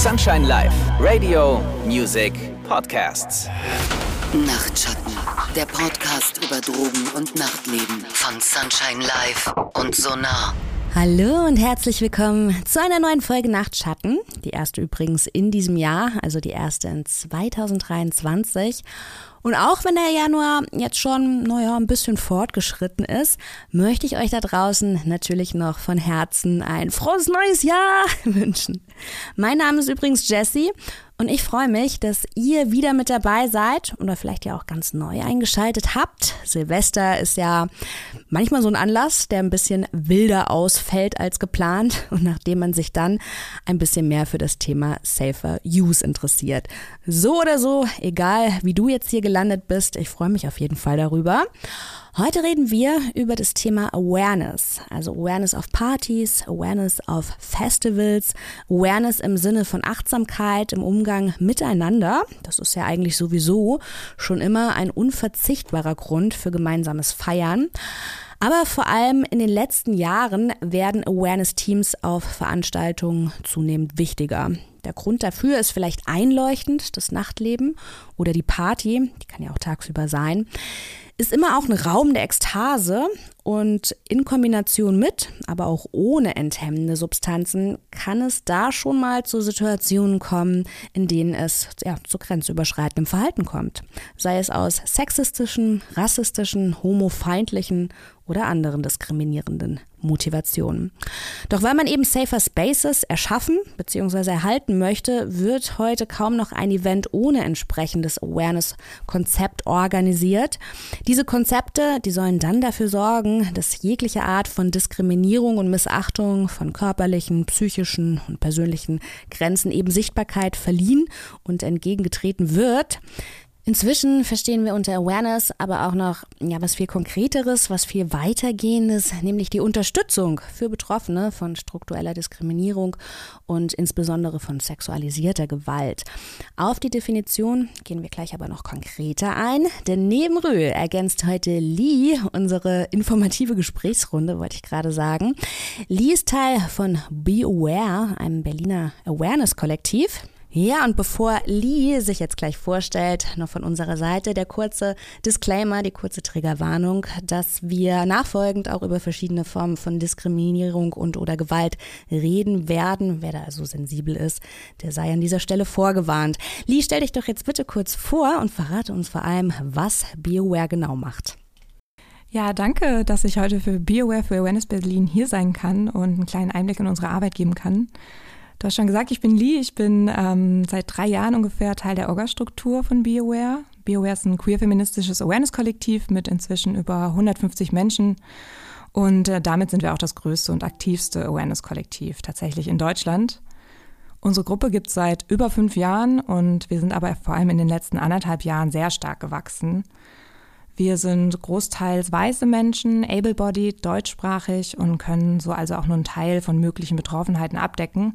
Sunshine Live, Radio, Music, Podcasts. Nachtschatten, der Podcast über Drogen und Nachtleben von Sunshine Live und Sonar. Hallo und herzlich willkommen zu einer neuen Folge Nachtschatten. Die erste übrigens in diesem Jahr, also die erste in 2023. Und auch wenn der Januar jetzt schon, ein bisschen fortgeschritten ist, möchte ich euch da draußen natürlich noch von Herzen ein frohes neues Jahr wünschen. Mein Name ist übrigens Jessie und ich freue mich, dass ihr wieder mit dabei seid oder vielleicht ja auch ganz neu eingeschaltet habt. Silvester ist ja manchmal so ein Anlass, der ein bisschen wilder ausfällt als geplant und nachdem man sich dann ein bisschen mehr für das Thema Safer Use interessiert. So oder so, egal wie du jetzt hier gelandet bist, ich freue mich auf jeden Fall darüber. Heute reden wir über das Thema Awareness, also Awareness auf Partys, Awareness auf Festivals, Awareness im Sinne von Achtsamkeit im Umgang miteinander. Das ist ja eigentlich sowieso schon immer ein unverzichtbarer Grund für gemeinsames Feiern. Aber vor allem in den letzten Jahren werden Awareness-Teams auf Veranstaltungen zunehmend wichtiger. Der Grund dafür ist vielleicht einleuchtend, das Nachtleben oder die Party, die kann ja auch tagsüber sein, ist immer auch ein Raum der Ekstase und in Kombination mit, aber auch ohne enthemmende Substanzen kann es da schon mal zu Situationen kommen, in denen es zu grenzüberschreitendem Verhalten kommt. Sei es aus sexistischen, rassistischen, homofeindlichen oder anderen diskriminierenden Motivationen. Doch weil man eben Safer Spaces erschaffen bzw. erhalten möchte, wird heute kaum noch ein Event ohne entsprechendes Awareness-Konzept organisiert. Diese Konzepte, die sollen dann dafür sorgen, dass jegliche Art von Diskriminierung und Missachtung von körperlichen, psychischen und persönlichen Grenzen eben Sichtbarkeit verliehen und entgegengetreten wird. Inzwischen verstehen wir unter Awareness aber auch noch was viel Konkreteres, was viel weitergehendes, nämlich die Unterstützung für Betroffene von struktureller Diskriminierung und insbesondere von sexualisierter Gewalt. Auf die Definition gehen wir gleich aber noch konkreter ein, denn neben Rö ergänzt heute Lee unsere informative Gesprächsrunde, wollte ich gerade sagen. Lee ist Teil von Be Aware, einem Berliner Awareness-Kollektiv. Ja, und bevor Lee sich jetzt gleich vorstellt, noch von unserer Seite der kurze Disclaimer, die kurze Triggerwarnung, dass wir nachfolgend auch über verschiedene Formen von Diskriminierung und oder Gewalt reden werden. Wer da also sensibel ist, der sei an dieser Stelle vorgewarnt. Lee, stell dich doch jetzt bitte kurz vor und verrate uns vor allem, was Be Aware genau macht. Ja, danke, dass ich heute für Be Aware für Awareness Berlin hier sein kann und einen kleinen Einblick in unsere Arbeit geben kann. Du hast schon gesagt, ich bin Lee. Ich bin seit 3 Jahren ungefähr Teil der Orga-Struktur von Be Aware. Be Aware ist ein queer-feministisches Awareness-Kollektiv mit inzwischen über 150 Menschen. Und damit sind wir auch das größte und aktivste Awareness-Kollektiv tatsächlich in Deutschland. Unsere Gruppe gibt es seit über 5 Jahren und wir sind aber vor allem in den letzten 1,5 Jahren sehr stark gewachsen. Wir sind großteils weiße Menschen, able-bodied, deutschsprachig und können so also auch nur einen Teil von möglichen Betroffenheiten abdecken.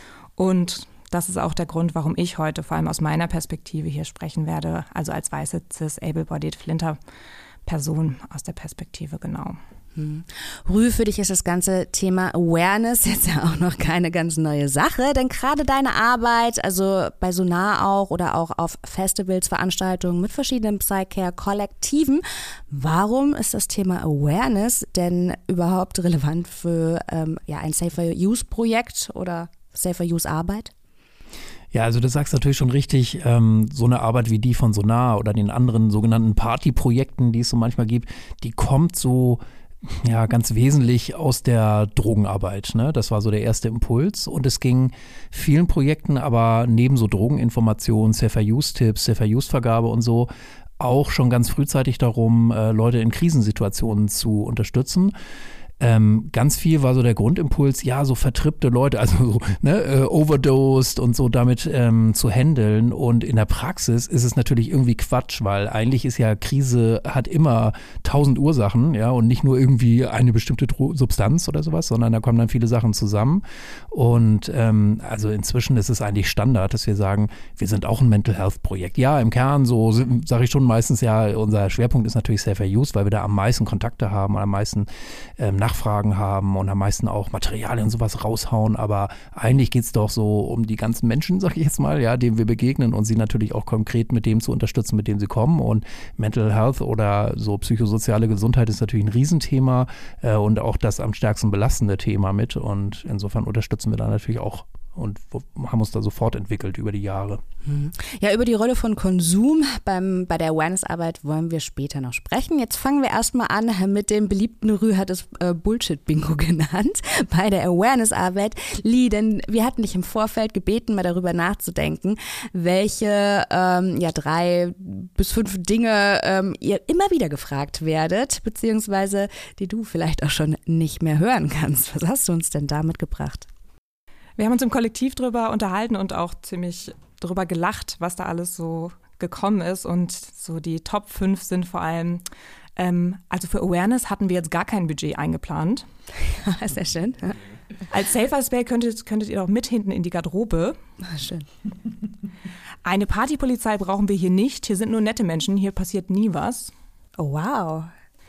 Und das ist auch der Grund, warum ich heute vor allem aus meiner Perspektive hier sprechen werde, also als weiße, cis, able-bodied, Flinter-Person aus der Perspektive, genau. Rü, für dich ist das ganze Thema Awareness jetzt ja auch noch keine ganz neue Sache, denn gerade deine Arbeit, also bei Sonar auch oder auch auf Festivals, Veranstaltungen mit verschiedenen Psycare-Kollektiven, warum ist das Thema Awareness denn überhaupt relevant für ein Safer-Use-Projekt oder Safer-Use-Arbeit? Ja, also du sagst natürlich schon richtig, so eine Arbeit wie die von Sonar oder den anderen sogenannten Partyprojekten, die es so manchmal gibt, die kommt so ganz wesentlich aus der Drogenarbeit, ne? Das war so der erste Impuls und es ging vielen Projekten aber neben so Drogeninformation, Safer-Use-Tipps, Safer-Use-Vergabe und so auch schon ganz frühzeitig darum, Leute in Krisensituationen zu unterstützen. Ganz viel war so der Grundimpuls, so vertrippte Leute, also so, overdosed und so damit zu handeln. Und in der Praxis ist es natürlich irgendwie Quatsch, weil eigentlich ist ja Krise hat immer 1000 Ursachen, und nicht nur irgendwie eine bestimmte Substanz oder sowas, sondern da kommen dann viele Sachen zusammen. Und also inzwischen ist es eigentlich Standard, dass wir sagen, wir sind auch ein Mental Health Projekt. Ja, im Kern so sage ich schon meistens unser Schwerpunkt ist natürlich Safer Use, weil wir da am meisten Kontakte haben, am meisten Nachfragen haben und am meisten auch Materialien und sowas raushauen. Aber eigentlich geht es doch so um die ganzen Menschen, sag ich jetzt mal, ja, denen wir begegnen und sie natürlich auch konkret mit dem zu unterstützen, mit dem sie kommen. Und Mental Health oder so psychosoziale Gesundheit ist natürlich ein Riesenthema und auch das am stärksten belastende Thema mit. Und insofern unterstützen wir da natürlich auch und haben uns da sofort entwickelt über die Jahre. Ja, über die Rolle von Konsum bei der Awareness-Arbeit wollen wir später noch sprechen. Jetzt fangen wir erstmal an mit dem beliebten Rü hat es Bullshit-Bingo genannt, bei der Awareness-Arbeit. Lee, denn wir hatten dich im Vorfeld gebeten, mal darüber nachzudenken, welche 3 bis 5 Dinge ihr immer wieder gefragt werdet, beziehungsweise die du vielleicht auch schon nicht mehr hören kannst. Was hast du uns denn da mitgebracht? Wir haben uns im Kollektiv drüber unterhalten und auch ziemlich drüber gelacht, was da alles so gekommen ist. Und so die Top 5 sind vor allem, also für Awareness hatten wir jetzt gar kein Budget eingeplant. Sehr schön. Als Safer Space könntet ihr doch mit hinten in die Garderobe. Schön. Eine Partypolizei brauchen wir hier nicht. Hier sind nur nette Menschen, hier passiert nie was. Oh, wow.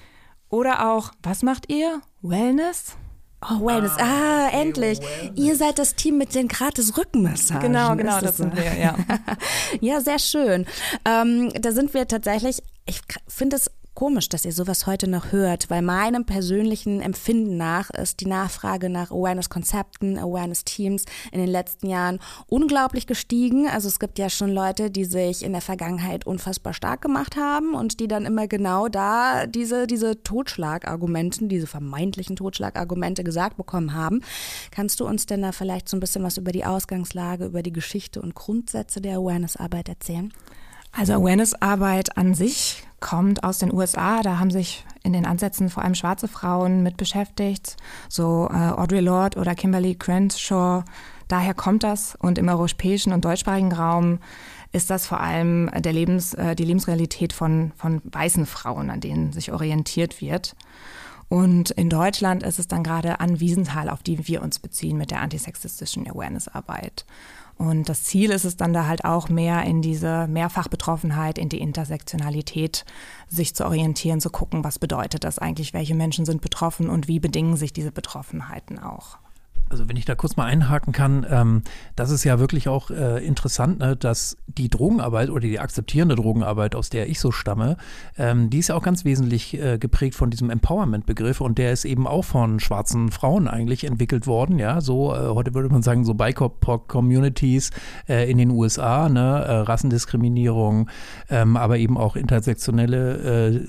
Oder auch, was macht ihr? Wellness? Oh, Wellness. Endlich. Wellness. Ihr seid das Team mit den gratis Rückenmassagen. Genau, das sind wir, ja. Ja, sehr schön. Da sind wir tatsächlich, ich finde es komisch, dass ihr sowas heute noch hört, weil meinem persönlichen Empfinden nach ist die Nachfrage nach Awareness-Konzepten, Awareness-Teams in den letzten Jahren unglaublich gestiegen. Also es gibt ja schon Leute, die sich in der Vergangenheit unfassbar stark gemacht haben und die dann immer genau da diese Totschlagargumente, diese vermeintlichen Totschlagargumente gesagt bekommen haben. Kannst du uns denn da vielleicht so ein bisschen was über die Ausgangslage, über die Geschichte und Grundsätze der Awareness-Arbeit erzählen? Also Awareness-Arbeit an sich kommt aus den USA. Da haben sich in den Ansätzen vor allem schwarze Frauen mit beschäftigt, so Audre Lorde oder Kimberly Crenshaw. Daher kommt das. Und im europäischen und deutschsprachigen Raum ist das vor allem die Lebensrealität von weißen Frauen, an denen sich orientiert wird. Und in Deutschland ist es dann gerade Anne Wiesenthal, auf die wir uns beziehen mit der antisexistischen Awareness-Arbeit. Und das Ziel ist es dann da halt auch mehr in diese Mehrfachbetroffenheit, in die Intersektionalität sich zu orientieren, zu gucken, was bedeutet das eigentlich, welche Menschen sind betroffen und wie bedingen sich diese Betroffenheiten auch. Also wenn ich da kurz mal einhaken kann, das ist ja wirklich auch interessant, ne, dass die Drogenarbeit oder die akzeptierende Drogenarbeit, aus der ich so stamme, die ist ja auch ganz wesentlich geprägt von diesem Empowerment-Begriff und der ist eben auch von schwarzen Frauen eigentlich entwickelt worden, ja, so heute würde man sagen so BIPOC-Communities in den USA, ne, Rassendiskriminierung, aber eben auch intersektionale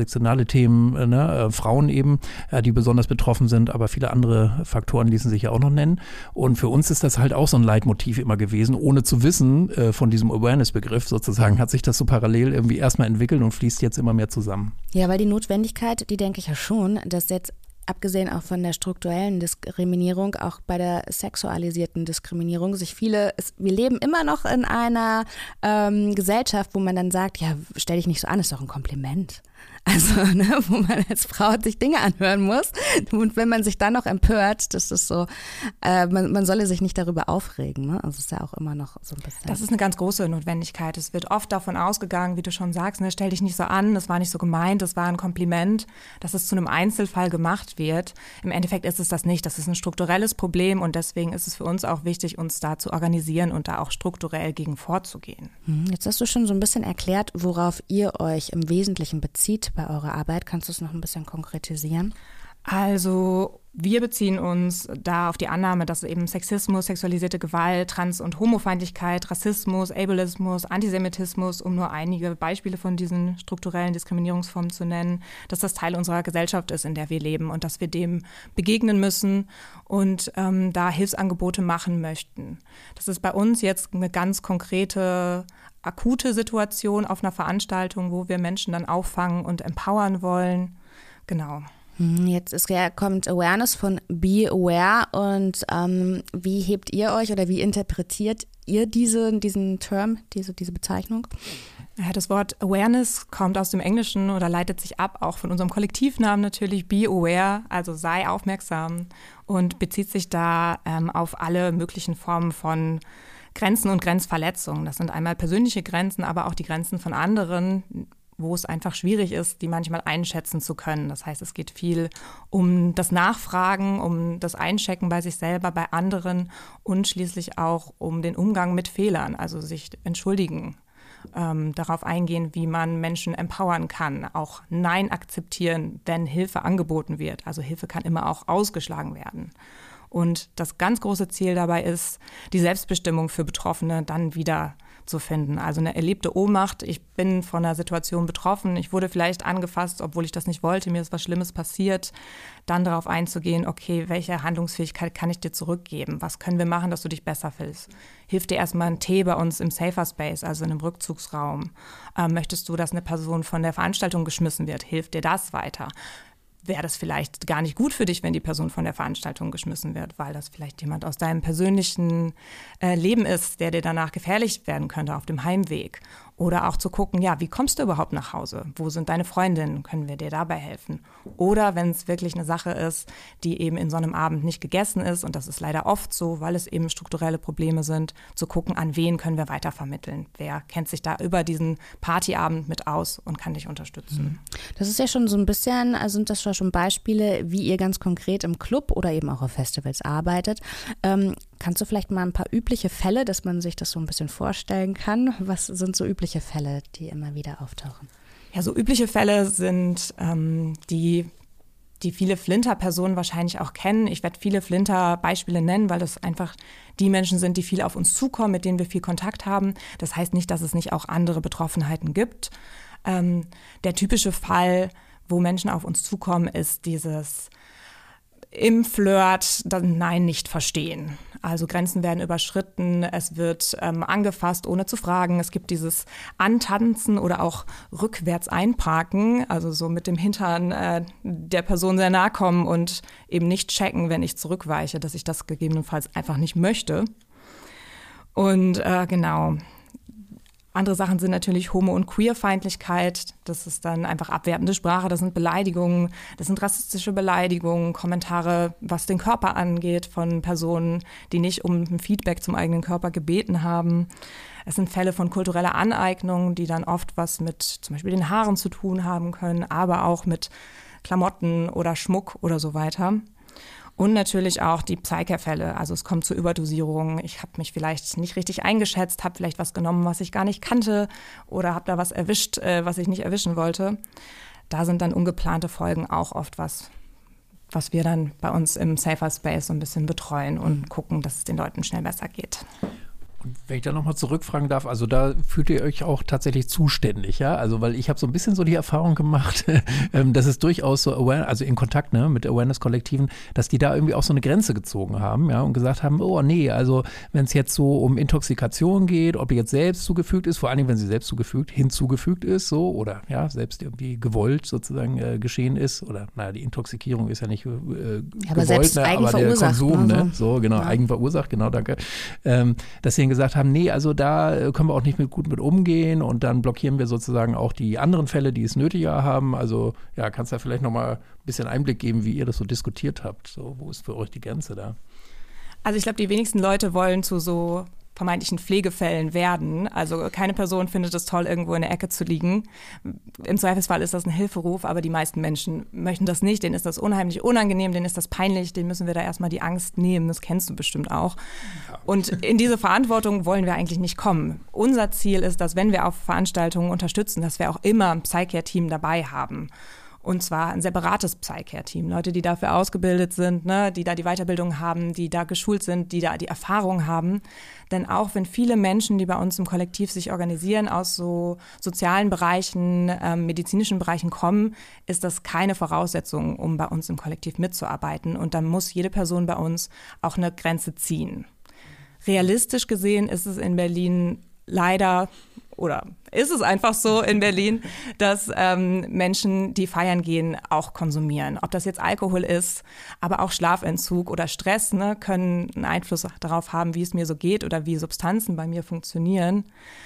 Themen, ne, Frauen eben, die besonders betroffen sind, aber viele andere Faktoren ließen sich ja auch noch nennen. Und für uns ist das halt auch so ein Leitmotiv immer gewesen, ohne zu wissen von diesem Awareness-Begriff sozusagen, hat sich das so parallel irgendwie erstmal entwickelt und fließt jetzt immer mehr zusammen. Ja, weil die Notwendigkeit, die denke ich ja schon, dass jetzt abgesehen auch von der strukturellen Diskriminierung, auch bei der sexualisierten Diskriminierung, wir leben immer noch in einer Gesellschaft, wo man dann sagt, ja, stell dich nicht so an, ist doch ein Kompliment. Also, ne, wo man als Frau sich Dinge anhören muss. Und wenn man sich dann noch empört, das ist so, man solle sich nicht darüber aufregen. Ne? Also, es ist ja auch immer noch so ein bisschen. Das ist eine ganz große Notwendigkeit. Es wird oft davon ausgegangen, wie du schon sagst, ne, stell dich nicht so an, das war nicht so gemeint, das war ein Kompliment, dass es zu einem Einzelfall gemacht wird. Im Endeffekt ist es das nicht. Das ist ein strukturelles Problem und deswegen ist es für uns auch wichtig, uns da zu organisieren und da auch strukturell gegen vorzugehen. Jetzt hast du schon so ein bisschen erklärt, worauf ihr euch im Wesentlichen bezieht bei eurer Arbeit. Kannst du es noch ein bisschen konkretisieren? Also wir beziehen uns da auf die Annahme, dass eben Sexismus, sexualisierte Gewalt, Trans- und Homofeindlichkeit, Rassismus, Ableismus, Antisemitismus, um nur einige Beispiele von diesen strukturellen Diskriminierungsformen zu nennen, dass das Teil unserer Gesellschaft ist, in der wir leben und dass wir dem begegnen müssen und da Hilfsangebote machen möchten. Das ist bei uns jetzt eine ganz konkrete akute Situation auf einer Veranstaltung, wo wir Menschen dann auffangen und empowern wollen. Genau. Jetzt kommt Awareness von Be Aware und wie hebt ihr euch oder wie interpretiert ihr diesen Term, diese Bezeichnung? Ja, das Wort Awareness kommt aus dem Englischen oder leitet sich ab, auch von unserem Kollektivnamen natürlich, Be Aware, also sei aufmerksam und bezieht sich da auf alle möglichen Formen von Grenzen und Grenzverletzungen. Das sind einmal persönliche Grenzen, aber auch die Grenzen von anderen, wo es einfach schwierig ist, die manchmal einschätzen zu können. Das heißt, es geht viel um das Nachfragen, um das Einchecken bei sich selber, bei anderen und schließlich auch um den Umgang mit Fehlern, also sich entschuldigen. Darauf eingehen, wie man Menschen empowern kann, auch Nein akzeptieren, wenn Hilfe angeboten wird. Also Hilfe kann immer auch ausgeschlagen werden. Und das ganz große Ziel dabei ist, die Selbstbestimmung für Betroffene dann wieder zu finden. Also eine erlebte Ohnmacht, ich bin von einer Situation betroffen, ich wurde vielleicht angefasst, obwohl ich das nicht wollte, mir ist was Schlimmes passiert, dann darauf einzugehen, okay, welche Handlungsfähigkeit kann ich dir zurückgeben? Was können wir machen, dass du dich besser fühlst? Hilft dir erstmal ein Tee bei uns im Safer Space, also in einem Rückzugsraum? Möchtest du, dass eine Person von der Veranstaltung geschmissen wird? Hilft dir das weiter? Wäre das vielleicht gar nicht gut für dich, wenn die Person von der Veranstaltung geschmissen wird, weil das vielleicht jemand aus deinem persönlichen Leben ist, der dir danach gefährlich werden könnte auf dem Heimweg. Oder auch zu gucken, ja, wie kommst du überhaupt nach Hause? Wo sind deine Freundinnen? Können wir dir dabei helfen? Oder wenn es wirklich eine Sache ist, die eben in so einem Abend nicht gegessen ist, und das ist leider oft so, weil es eben strukturelle Probleme sind, zu gucken, an wen können wir weitervermitteln? Wer kennt sich da über diesen Partyabend mit aus und kann dich unterstützen? Das ist ja schon so ein bisschen, also sind das schon Beispiele, wie ihr ganz konkret im Club oder eben auch auf Festivals arbeitet. Kannst du vielleicht mal ein paar übliche Fälle, dass man sich das so ein bisschen vorstellen kann? Was sind so übliche Fälle, die immer wieder auftauchen? Ja, so übliche Fälle sind die viele Flinter-Personen wahrscheinlich auch kennen. Ich werde viele Flinter-Beispiele nennen, weil das einfach die Menschen sind, die viel auf uns zukommen, mit denen wir viel Kontakt haben. Das heißt nicht, dass es nicht auch andere Betroffenheiten gibt. Der typische Fall, wo Menschen auf uns zukommen, ist dieses im Flirt das Nein nicht verstehen. Also Grenzen werden überschritten, es wird angefasst, ohne zu fragen. Es gibt dieses Antanzen oder auch rückwärts einparken, also so mit dem Hintern der Person sehr nahe kommen und eben nicht checken, wenn ich zurückweiche, dass ich das gegebenenfalls einfach nicht möchte. Und genau. Andere Sachen sind natürlich Homo- und Queerfeindlichkeit. Das ist dann einfach abwertende Sprache, das sind Beleidigungen, das sind rassistische Beleidigungen, Kommentare, was den Körper angeht von Personen, die nicht um ein Feedback zum eigenen Körper gebeten haben. Es sind Fälle von kultureller Aneignung, die dann oft was mit zum Beispiel den Haaren zu tun haben können, aber auch mit Klamotten oder Schmuck oder so weiter. Und natürlich auch die Psyker-Fälle. Also es kommt zu Überdosierungen. Ich habe mich vielleicht nicht richtig eingeschätzt, habe vielleicht was genommen, was ich gar nicht kannte oder habe da was erwischt, was ich nicht erwischen wollte. Da sind dann ungeplante Folgen auch oft was wir dann bei uns im Safer Space so ein bisschen betreuen und gucken, dass es den Leuten schnell besser geht. Und wenn ich da nochmal zurückfragen darf, also da fühlt ihr euch auch tatsächlich zuständig, ja? Also weil ich habe so ein bisschen so die Erfahrung gemacht, dass es durchaus so also in Kontakt mit Awareness-Kollektiven, dass die da irgendwie auch so eine Grenze gezogen haben, ja, und gesagt haben, oh nee, also wenn es jetzt so um Intoxikation geht, ob die jetzt selbst zugefügt ist, vor allen Dingen, wenn sie selbst hinzugefügt ist, so, oder ja, selbst irgendwie gewollt sozusagen geschehen ist, oder naja, die Intoxikierung ist ja nicht gewollt, aber selbst aber der Konsum, ne? So, genau, ja. Eigenverursacht, genau, danke. Dass sie gesagt haben, nee, also da können wir auch nicht gut mit umgehen und dann blockieren wir sozusagen auch die anderen Fälle, die es nötiger haben. Also ja, kannst du da vielleicht nochmal ein bisschen Einblick geben, wie ihr das so diskutiert habt? So, wo ist für euch die Grenze da? Also ich glaube, die wenigsten Leute wollen zu so vermeintlichen Pflegefällen werden. Also keine Person findet es toll, irgendwo in der Ecke zu liegen. Im Zweifelsfall ist das ein Hilferuf, aber die meisten Menschen möchten das nicht. Denen ist das unheimlich unangenehm, denen ist das peinlich, denen müssen wir da erstmal die Angst nehmen. Das kennst du bestimmt auch. Ja. Und in diese Verantwortung wollen wir eigentlich nicht kommen. Unser Ziel ist, dass wenn wir auf Veranstaltungen unterstützen, dass wir auch immer ein Psycare-Team dabei haben. Und zwar ein separates Psycare-Team. Leute, die dafür ausgebildet sind, ne, die da die Weiterbildung haben, die da geschult sind, die da die Erfahrung haben. Denn auch wenn viele Menschen, die bei uns im Kollektiv sich organisieren, aus so sozialen Bereichen, medizinischen Bereichen kommen, ist das keine Voraussetzung, um bei uns im Kollektiv mitzuarbeiten. Und dann muss jede Person bei uns auch eine Grenze ziehen. Realistisch gesehen ist es in Berlin leider, oder ist es einfach so in Berlin, dass Menschen, die feiern gehen, auch konsumieren. Ob das jetzt Alkohol ist, aber auch Schlafentzug oder Stress, ne, können einen Einfluss darauf haben, wie es mir so geht oder wie Substanzen bei mir funktionieren.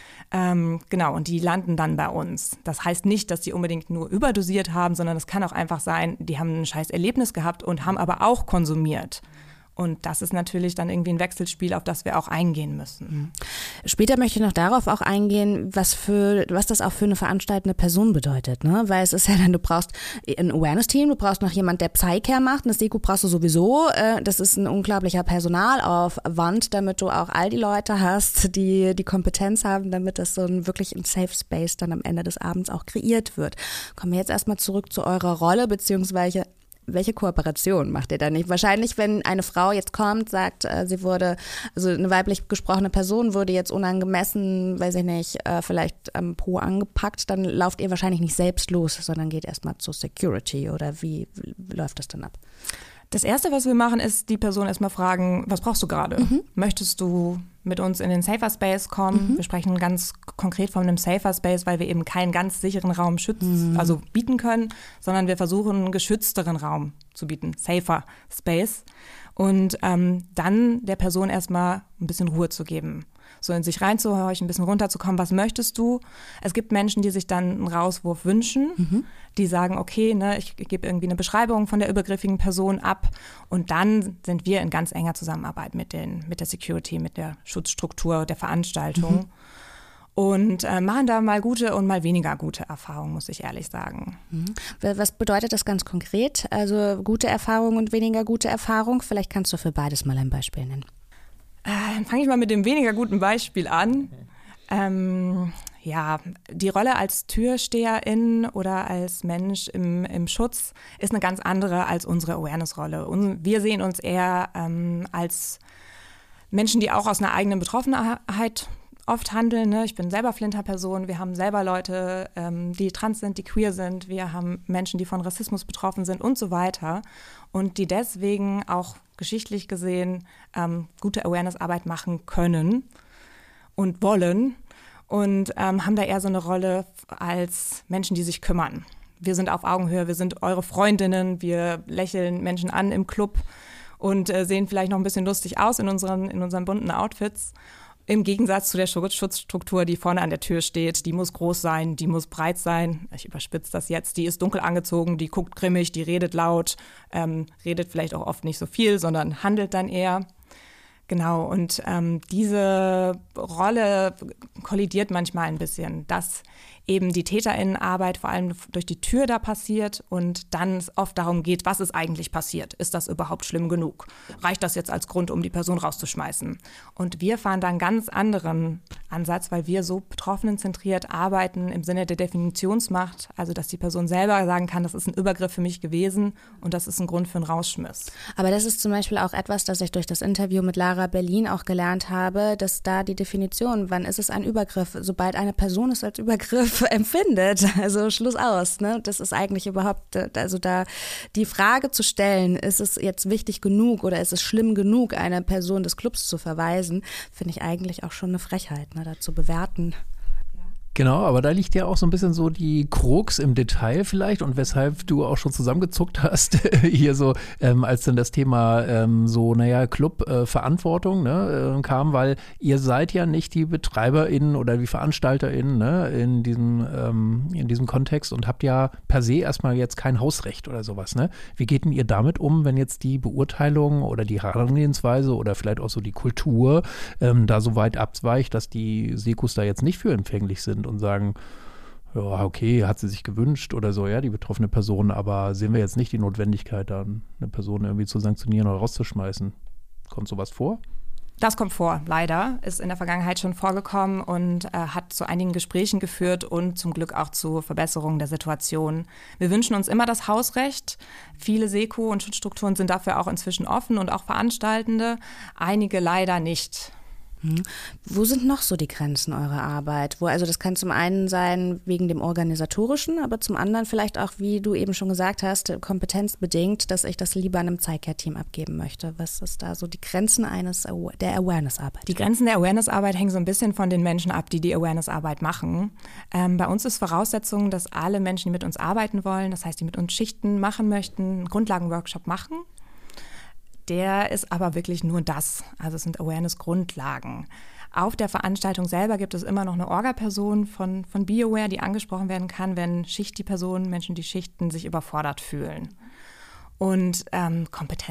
Genau, und die landen dann bei uns. Das heißt nicht, dass die unbedingt nur überdosiert haben, sondern es kann auch einfach sein, die haben ein scheiß Erlebnis gehabt und haben aber auch konsumiert. Und das ist natürlich dann irgendwie ein Wechselspiel, auf das wir auch eingehen müssen. Später möchte ich noch darauf auch eingehen, was das auch für eine veranstaltende Person bedeutet, ne? Weil es ist ja dann, du brauchst ein Awareness-Team, du brauchst noch jemand, der Psycare macht, eine SEKU brauchst du sowieso. Das ist ein unglaublicher Personalaufwand, damit du auch all die Leute hast, die die Kompetenz haben, damit das so wirklich ein Safe Space dann am Ende des Abends auch kreiert wird. Kommen wir jetzt erstmal zurück zu eurer Rolle, beziehungsweise welche Kooperation macht ihr da nicht? Wahrscheinlich, wenn eine Frau jetzt kommt, sagt, sie wurde, also eine weiblich gesprochene Person wurde jetzt unangemessen, weiß ich nicht, vielleicht am Po angepackt, dann lauft ihr wahrscheinlich nicht selbst los, sondern geht erstmal zur Security, oder wie läuft das dann ab? Das Erste, was wir machen, ist die Person erstmal fragen, was brauchst du gerade? Möchtest du mit uns in den Safer Space kommen? Wir sprechen ganz konkret von einem Safer Space, weil wir eben keinen ganz sicheren Raum also bieten können, sondern wir versuchen, einen geschützteren Raum zu bieten, Safer Space. Und dann der Person erstmal ein bisschen Ruhe zu geben, so in sich reinzuhorchen, ein bisschen runterzukommen, was möchtest du? Es gibt Menschen, die sich dann einen Rauswurf wünschen, die sagen, okay, ne, ich gebe irgendwie eine Beschreibung von der übergriffigen Person ab, und dann sind wir in ganz enger Zusammenarbeit mit der Security, mit der Schutzstruktur der Veranstaltung und machen da mal gute und mal weniger gute Erfahrungen, muss ich ehrlich sagen. Was bedeutet das ganz konkret? Also gute Erfahrung und weniger gute Erfahrung? Vielleicht kannst du für beides mal ein Beispiel nennen. Dann fange ich mal mit dem weniger guten Beispiel an. Die Rolle als Türsteherin oder als Mensch im Schutz ist eine ganz andere als unsere Awareness-Rolle. Wir sehen uns eher als Menschen, die auch aus einer eigenen Betroffenheit oft handeln. Ne? Ich bin selber Flinterperson, wir haben selber Leute, die trans sind, die queer sind, wir haben Menschen, die von Rassismus betroffen sind und so weiter, und die deswegen auch geschichtlich gesehen gute Awareness-Arbeit machen können und wollen, und haben da eher so eine Rolle als Menschen, die sich kümmern. Wir sind auf Augenhöhe, wir sind eure Freundinnen, wir lächeln Menschen an im Club und sehen vielleicht noch ein bisschen lustig aus in unseren bunten Outfits. Im Gegensatz zu der Schutzstruktur, die vorne an der Tür steht, die muss groß sein, die muss breit sein. Ich überspitze das jetzt. Die ist dunkel angezogen, die guckt grimmig, die redet laut, redet vielleicht auch oft nicht so viel, sondern handelt dann eher. Genau, und diese Rolle kollidiert manchmal ein bisschen, dass eben die TäterInnenarbeit vor allem durch die Tür da passiert und dann es oft darum geht, was ist eigentlich passiert? Ist das überhaupt schlimm genug? Reicht das jetzt als Grund, um die Person rauszuschmeißen? Und wir fahren da einen ganz anderen Ansatz, weil wir so betroffenenzentriert arbeiten im Sinne der Definitionsmacht, also dass die Person selber sagen kann, das ist ein Übergriff für mich gewesen und das ist ein Grund für einen Rausschmiss. Aber das ist zum Beispiel auch etwas, das ich durch das Interview mit Lara Berlin auch gelernt habe, dass da die Definition, wann ist es ein Übergriff, sobald eine Person es als Übergriff empfindet, also Schluss aus, ne? Das ist eigentlich überhaupt, also da die Frage zu stellen, ist es jetzt wichtig genug oder ist es schlimm genug, eine Person des Clubs zu verweisen, finde ich eigentlich auch schon eine Frechheit, ne, da zu bewerten. Genau, aber da liegt ja auch so ein bisschen so die Krux im Detail vielleicht und weshalb du auch schon zusammengezuckt hast, hier so, als dann das Thema Club-Verantwortung kam, weil ihr seid ja nicht die BetreiberInnen oder die VeranstalterInnen, ne, in diesem Kontext und habt ja per se erstmal jetzt kein Hausrecht oder sowas, ne? Wie geht denn ihr damit um, wenn jetzt die Beurteilung oder die Herangehensweise oder vielleicht auch so die Kultur da so weit abweicht, dass die SEKUs da jetzt nicht für empfänglich sind und sagen, ja, okay, hat sie sich gewünscht oder so, ja, die betroffene Person, aber sehen wir jetzt nicht die Notwendigkeit, da eine Person irgendwie zu sanktionieren oder rauszuschmeißen. Kommt sowas vor? Das kommt vor, leider. Ist in der Vergangenheit schon vorgekommen und hat zu einigen Gesprächen geführt und zum Glück auch zu Verbesserungen der Situation. Wir wünschen uns immer das Hausrecht. Viele SEKU und Schutzstrukturen sind dafür auch inzwischen offen und auch Veranstaltende. Einige leider nicht. Wo sind noch so die Grenzen eurer Arbeit? Also das kann zum einen sein wegen dem Organisatorischen, aber zum anderen vielleicht auch, wie du eben schon gesagt hast, kompetenzbedingt, dass ich das lieber einem Psycare-Team abgeben möchte. Was ist da so die Grenzen der Awareness-Arbeit? Die Grenzen der Awareness-Arbeit hängen so ein bisschen von den Menschen ab, die Awareness-Arbeit machen. Bei uns ist Voraussetzung, dass alle Menschen, die mit uns arbeiten wollen, das heißt, die mit uns Schichten machen möchten, einen Grundlagenworkshop machen. Der ist aber wirklich nur das, also es sind Awareness-Grundlagen. Auf der Veranstaltung selber gibt es immer noch eine Orga-Person von BeAware, die angesprochen werden kann, wenn Menschen, die Schichten, sich überfordert fühlen. Und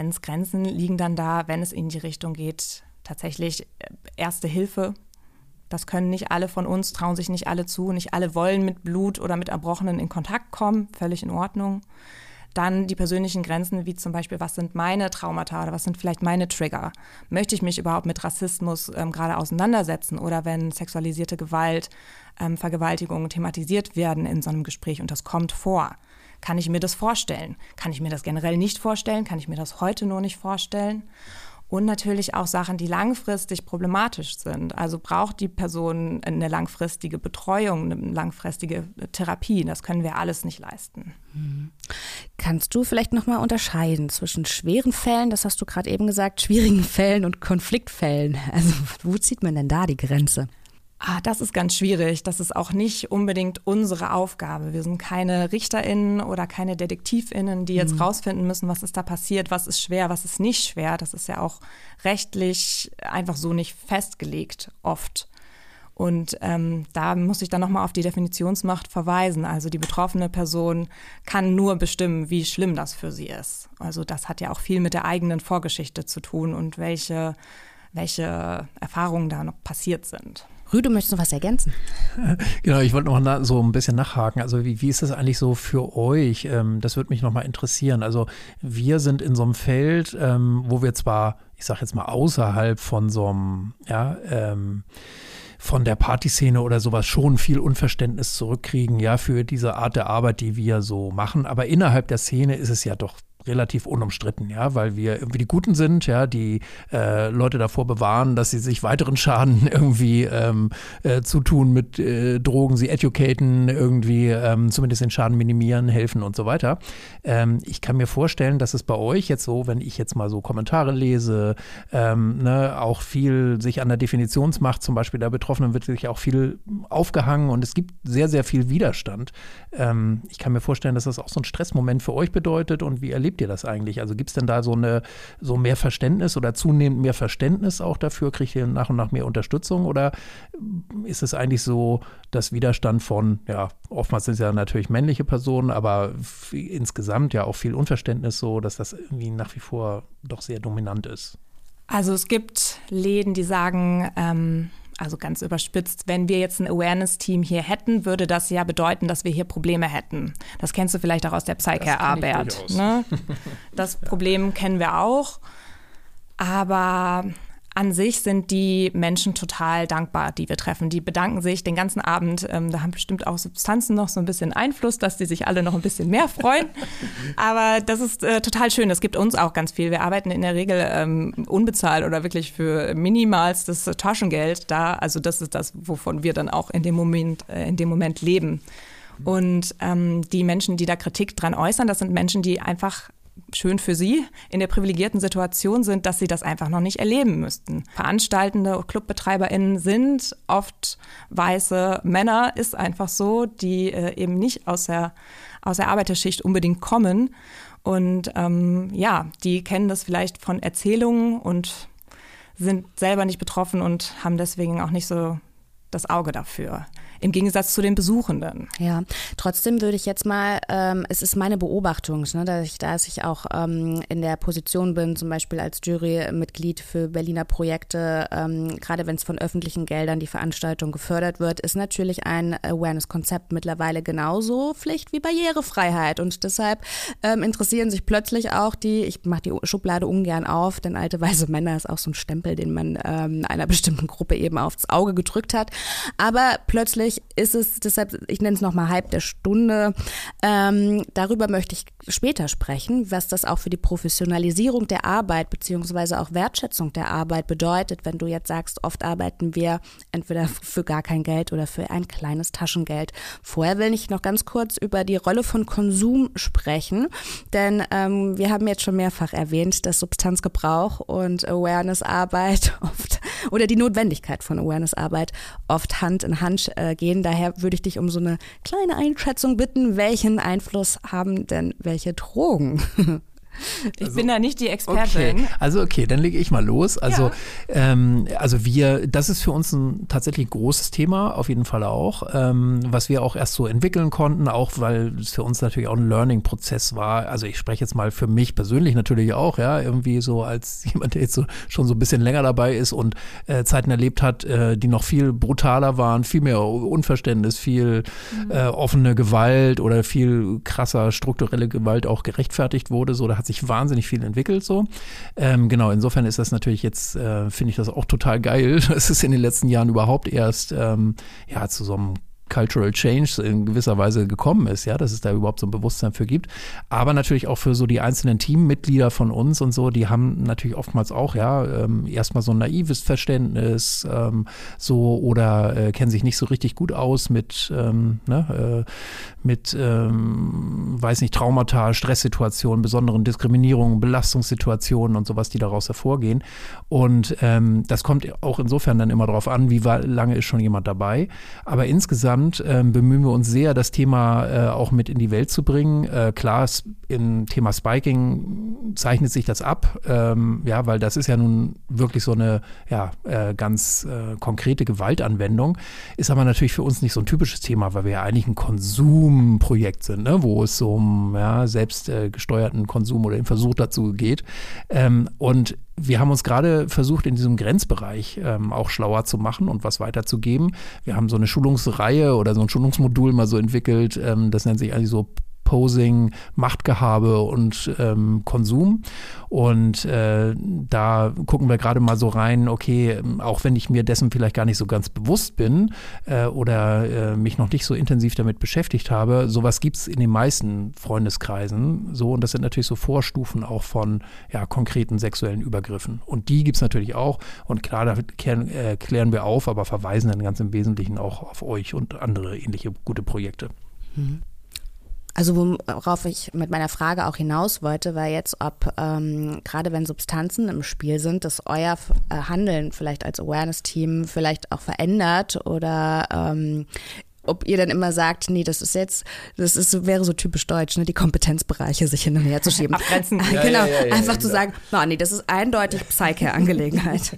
Kompetenzgrenzen liegen dann da, wenn es in die Richtung geht, tatsächlich Erste Hilfe. Das können nicht alle von uns, trauen sich nicht alle zu, nicht alle wollen mit Blut oder mit Erbrochenen in Kontakt kommen, völlig in Ordnung. Dann die persönlichen Grenzen, wie zum Beispiel, was sind meine Traumata oder was sind vielleicht meine Trigger? Möchte ich mich überhaupt mit Rassismus gerade auseinandersetzen? Oder wenn sexualisierte Gewalt, Vergewaltigungen thematisiert werden in so einem Gespräch und das kommt vor, kann ich mir das vorstellen? Kann ich mir das generell nicht vorstellen? Kann ich mir das heute nur nicht vorstellen? Und natürlich auch Sachen, die langfristig problematisch sind. Also braucht die Person eine langfristige Betreuung, eine langfristige Therapie. Das können wir alles nicht leisten. Kannst du vielleicht nochmal unterscheiden zwischen schweren Fällen, das hast du gerade eben gesagt, schwierigen Fällen und Konfliktfällen? Also wo zieht man denn da die Grenze? Das ist ganz schwierig. Das ist auch nicht unbedingt unsere Aufgabe. Wir sind keine RichterInnen oder keine DetektivInnen, die jetzt rausfinden müssen, was ist da passiert, was ist schwer, was ist nicht schwer. Das ist ja auch rechtlich einfach so nicht festgelegt oft. Und da muss ich dann nochmal auf die Definitionsmacht verweisen. Also die betroffene Person kann nur bestimmen, wie schlimm das für sie ist. Also das hat ja auch viel mit der eigenen Vorgeschichte zu tun und welche Erfahrungen da noch passiert sind. Rü, du möchtest noch was ergänzen? Genau, ich wollte noch so ein bisschen nachhaken. Also wie ist das eigentlich so für euch? Das würde mich noch mal interessieren. Also wir sind in so einem Feld, wo wir zwar, ich sage jetzt mal außerhalb von so einem, von der Partyszene oder sowas schon viel Unverständnis zurückkriegen, ja, für diese Art der Arbeit, die wir so machen. Aber innerhalb der Szene ist es ja doch relativ unumstritten, ja, weil wir irgendwie die Guten sind, ja, die Leute davor bewahren, dass sie sich weiteren Schaden irgendwie zutun mit Drogen, sie educaten, irgendwie zumindest den Schaden minimieren, helfen und so weiter. Ich kann mir vorstellen, dass es bei euch jetzt so, wenn ich jetzt mal so Kommentare lese, auch viel sich an der Definitionsmacht zum Beispiel der Betroffenen wird sich auch viel aufgehangen und es gibt sehr, sehr viel Widerstand. Ich kann mir vorstellen, dass das auch so ein Stressmoment für euch bedeutet und wie erlebt ihr das eigentlich? Also gibt es denn da so mehr Verständnis oder zunehmend mehr Verständnis auch dafür? Kriegt ihr nach und nach mehr Unterstützung oder ist es eigentlich so, dass Widerstand von, ja, oftmals sind es ja natürlich männliche Personen, aber insgesamt ja auch viel Unverständnis so, dass das irgendwie nach wie vor doch sehr dominant ist? Also es gibt Läden, die sagen, also ganz überspitzt, wenn wir jetzt ein Awareness-Team hier hätten, würde das ja bedeuten, dass wir hier Probleme hätten. Das kennst du vielleicht auch aus der Psyche-Arbeit. Ne? Das Problem kennen wir auch. Aber an sich sind die Menschen total dankbar, die wir treffen. Die bedanken sich den ganzen Abend. Da haben bestimmt auch Substanzen noch so ein bisschen Einfluss, dass die sich alle noch ein bisschen mehr freuen. Aber das ist total schön. Das gibt uns auch ganz viel. Wir arbeiten in der Regel unbezahlt oder wirklich für minimalstes Taschengeld da. Also das ist das, wovon wir dann auch in dem Moment leben. Und die Menschen, die da Kritik dran äußern, das sind Menschen, die einfach schön für sie in der privilegierten Situation sind, dass sie das einfach noch nicht erleben müssten. Veranstaltende ClubbetreiberInnen sind oft weiße Männer, ist einfach so, die eben nicht aus der Arbeiterschicht unbedingt kommen. Und die kennen das vielleicht von Erzählungen und sind selber nicht betroffen und haben deswegen auch nicht so das Auge dafür. Im Gegensatz zu den Besuchenden. Ja, trotzdem würde ich jetzt mal, es ist meine Beobachtung, ne, dass ich auch in der Position bin, zum Beispiel als Jurymitglied für Berliner Projekte, gerade wenn es von öffentlichen Geldern die Veranstaltung gefördert wird, ist natürlich ein Awareness-Konzept mittlerweile genauso Pflicht wie Barrierefreiheit. Und deshalb interessieren sich plötzlich auch ich mache die Schublade ungern auf, denn alte weiße Männer ist auch so ein Stempel, den man einer bestimmten Gruppe eben aufs Auge gedrückt hat. Aber plötzlich ist es, deshalb, ich nenne es nochmal Hype der Stunde, darüber möchte ich später sprechen, was das auch für die Professionalisierung der Arbeit beziehungsweise auch Wertschätzung der Arbeit bedeutet, wenn du jetzt sagst, oft arbeiten wir entweder für gar kein Geld oder für ein kleines Taschengeld. Vorher will ich noch ganz kurz über die Rolle von Konsum sprechen, denn wir haben jetzt schon mehrfach erwähnt, dass Substanzgebrauch und Awareness-Arbeit oft oder die Notwendigkeit von Awareness-Arbeit oft Hand in Hand gehen. Daher würde ich dich um so eine kleine Einschätzung bitten, welchen Einfluss haben denn welche Drogen Ich bin da nicht die Expertin. Okay, dann lege ich mal los. Also, das ist für uns ein tatsächlich großes Thema, auf jeden Fall auch, was wir auch erst so entwickeln konnten, auch weil es für uns natürlich auch ein Learning-Prozess war. Also ich spreche jetzt mal für mich persönlich natürlich auch, ja, irgendwie so als jemand, der jetzt schon so ein bisschen länger dabei ist und Zeiten erlebt hat, die noch viel brutaler waren, viel mehr Unverständnis, viel offene Gewalt oder viel krasser strukturelle Gewalt auch gerechtfertigt wurde. So, da hat sich wahnsinnig viel entwickelt so. Genau, insofern ist das natürlich jetzt, finde ich das auch total geil, dass es in den letzten Jahren überhaupt erst zu so einem Cultural Change in gewisser Weise gekommen ist, ja, dass es da überhaupt so ein Bewusstsein für gibt. Aber natürlich auch für so die einzelnen Teammitglieder von uns und so, die haben natürlich oftmals auch, erstmal so ein naives Verständnis, oder kennen sich nicht so richtig gut aus mit Traumata, Stresssituationen, besonderen Diskriminierungen, Belastungssituationen und sowas, die daraus hervorgehen. Und das kommt auch insofern dann immer darauf an, wie lange ist schon jemand dabei. Aber insgesamt bemühen wir uns sehr, das Thema auch mit in die Welt zu bringen. Klar, im Thema Spiking zeichnet sich das ab, weil das ist ja nun wirklich so eine ganz konkrete Gewaltanwendung. Ist aber natürlich für uns nicht so ein typisches Thema, weil wir ja eigentlich ein Konsumprojekt sind, ne? Wo es um selbst gesteuerten Konsum oder den Versuch dazu geht. Und wir haben uns gerade versucht, in diesem Grenzbereich auch schlauer zu machen und was weiterzugeben. Wir haben so eine Schulungsreihe oder so ein Schulungsmodul mal so entwickelt, das nennt sich eigentlich so Posing, Machtgehabe und Konsum. Und da gucken wir gerade mal so rein, okay, auch wenn ich mir dessen vielleicht gar nicht so ganz bewusst bin oder mich noch nicht so intensiv damit beschäftigt habe, sowas gibt es in den meisten Freundeskreisen so. Und das sind natürlich so Vorstufen auch von konkreten sexuellen Übergriffen. Und die gibt es natürlich auch. Und klar, da klären wir auf, aber verweisen dann ganz im Wesentlichen auch auf euch und andere ähnliche gute Projekte. Mhm. Also worauf ich mit meiner Frage auch hinaus wollte, war jetzt, ob gerade wenn Substanzen im Spiel sind, dass euer Handeln vielleicht als Awareness-Team vielleicht auch verändert oder ob ihr dann immer sagt, nee, wäre so typisch deutsch, ne, die Kompetenzbereiche sich hin und her zu schieben. Abgrenzen. Genau, einfach zu sagen, das ist eindeutig Psyche-Angelegenheit.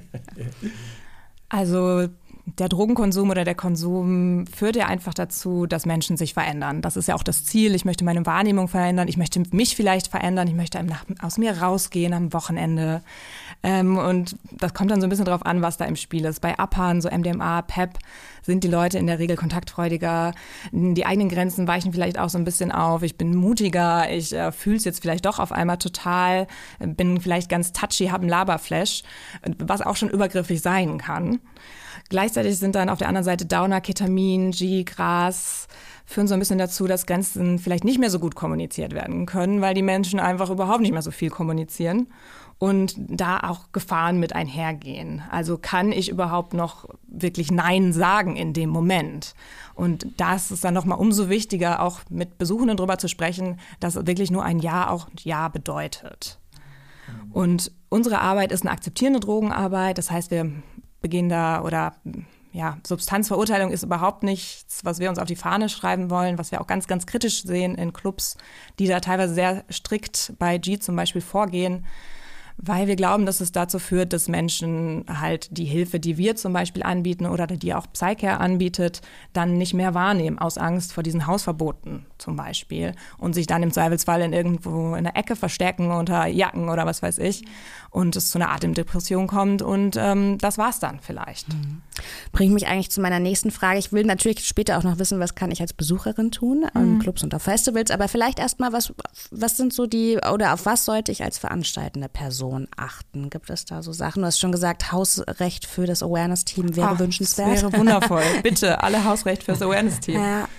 Also der Drogenkonsum oder der Konsum führt ja einfach dazu, dass Menschen sich verändern. Das ist ja auch das Ziel. Ich möchte meine Wahrnehmung verändern. Ich möchte mich vielleicht verändern. Ich möchte aus mir rausgehen am Wochenende. Und das kommt dann so ein bisschen drauf an, was da im Spiel ist. Bei Abhahn, so MDMA, PEP, sind die Leute in der Regel kontaktfreudiger. Die eigenen Grenzen weichen vielleicht auch so ein bisschen auf. Ich bin mutiger. Ich fühle es jetzt vielleicht doch auf einmal total. Bin vielleicht ganz touchy, habe einen Laberflash, was auch schon übergriffig sein kann. Gleichzeitig sind dann auf der anderen Seite Downer, Ketamin, G, Gras, führen so ein bisschen dazu, dass Grenzen vielleicht nicht mehr so gut kommuniziert werden können, weil die Menschen einfach überhaupt nicht mehr so viel kommunizieren und da auch Gefahren mit einhergehen. Also kann ich überhaupt noch wirklich Nein sagen in dem Moment? Und das ist dann nochmal umso wichtiger, auch mit Besuchenden drüber zu sprechen, dass wirklich nur ein Ja auch Ja bedeutet. Und unsere Arbeit ist eine akzeptierende Drogenarbeit, das heißt, wir begehen da Substanzverurteilung ist überhaupt nichts, was wir uns auf die Fahne schreiben wollen, was wir auch ganz, ganz kritisch sehen in Clubs, die da teilweise sehr strikt bei G zum Beispiel vorgehen, weil wir glauben, dass es dazu führt, dass Menschen halt die Hilfe, die wir zum Beispiel anbieten oder die auch Psycare anbietet, dann nicht mehr wahrnehmen, aus Angst vor diesen Hausverboten zum Beispiel und sich dann im Zweifelsfall irgendwo in der Ecke verstecken unter Jacken oder was weiß ich und es zu einer Atemdepression kommt und das war's dann vielleicht. Bringt mich eigentlich zu meiner nächsten Frage. Ich will natürlich später auch noch wissen, was kann ich als Besucherin tun an Clubs und auf Festivals, aber vielleicht erstmal, was sind so auf was sollte ich als veranstaltende Person achten? Gibt es da so Sachen? Du hast schon gesagt, Hausrecht für das Awareness-Team wäre wünschenswert. Das wäre wundervoll. Bitte, alle Hausrecht für das Awareness-Team.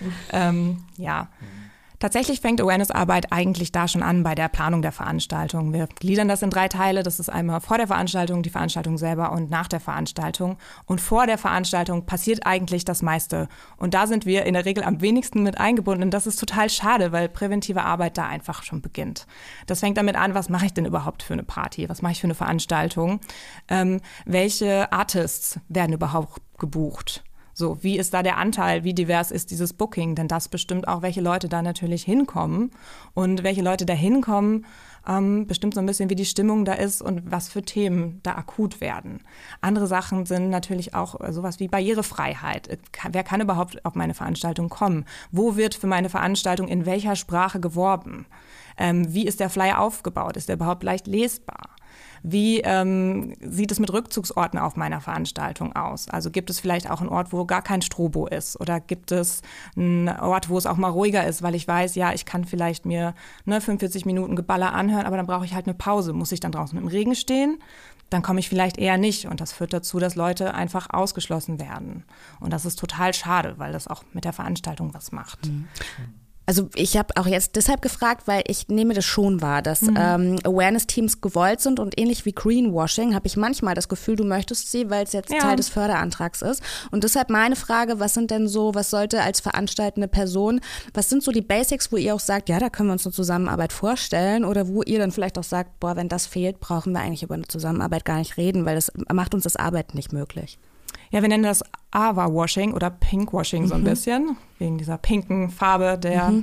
Ja. Tatsächlich fängt Awareness-Arbeit eigentlich da schon an bei der Planung der Veranstaltung. Wir gliedern das in 3 Teile. Das ist einmal vor der Veranstaltung, die Veranstaltung selber und nach der Veranstaltung. Und vor der Veranstaltung passiert eigentlich das meiste. Und da sind wir in der Regel am wenigsten mit eingebunden. Und das ist total schade, weil präventive Arbeit da einfach schon beginnt. Das fängt damit an, was mache ich denn überhaupt für eine Party? Was mache ich für eine Veranstaltung? Welche Artists werden überhaupt gebucht? So, wie ist da der Anteil, wie divers ist dieses Booking? Denn das bestimmt auch, welche Leute da natürlich hinkommen und welche Leute da hinkommen, bestimmt so ein bisschen, wie die Stimmung da ist und was für Themen da akut werden. Andere Sachen sind natürlich auch sowas wie Barrierefreiheit. Wer kann überhaupt auf meine Veranstaltung kommen? Wo wird für meine Veranstaltung in welcher Sprache geworben? Wie ist der Flyer aufgebaut? Ist der überhaupt leicht lesbar? Wie sieht es mit Rückzugsorten auf meiner Veranstaltung aus? Also gibt es vielleicht auch einen Ort, wo gar kein Strobo ist? Oder gibt es einen Ort, wo es auch mal ruhiger ist, weil ich weiß, ja, ich kann vielleicht mir 45 Minuten Geballer anhören, aber dann brauche ich halt eine Pause. Muss ich dann draußen im Regen stehen? Dann komme ich vielleicht eher nicht. Und das führt dazu, dass Leute einfach ausgeschlossen werden. Und das ist total schade, weil das auch mit der Veranstaltung was macht. Mhm. Also ich habe auch jetzt deshalb gefragt, weil ich nehme das schon wahr, dass Awareness-Teams gewollt sind und ähnlich wie Greenwashing habe ich manchmal das Gefühl, du möchtest sie, weil es jetzt Teil des Förderantrags ist. Und deshalb meine Frage, was sollte als veranstaltende Person, was sind so die Basics, wo ihr auch sagt, ja, da können wir uns eine Zusammenarbeit vorstellen oder wo ihr dann vielleicht auch sagt, boah, wenn das fehlt, brauchen wir eigentlich über eine Zusammenarbeit gar nicht reden, weil das macht uns das Arbeiten nicht möglich. Ja, wir nennen das Ava-Washing oder Pink-Washing so ein bisschen, wegen dieser pinken Farbe,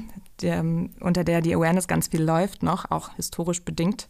unter der die Awareness ganz viel läuft noch, auch historisch bedingt.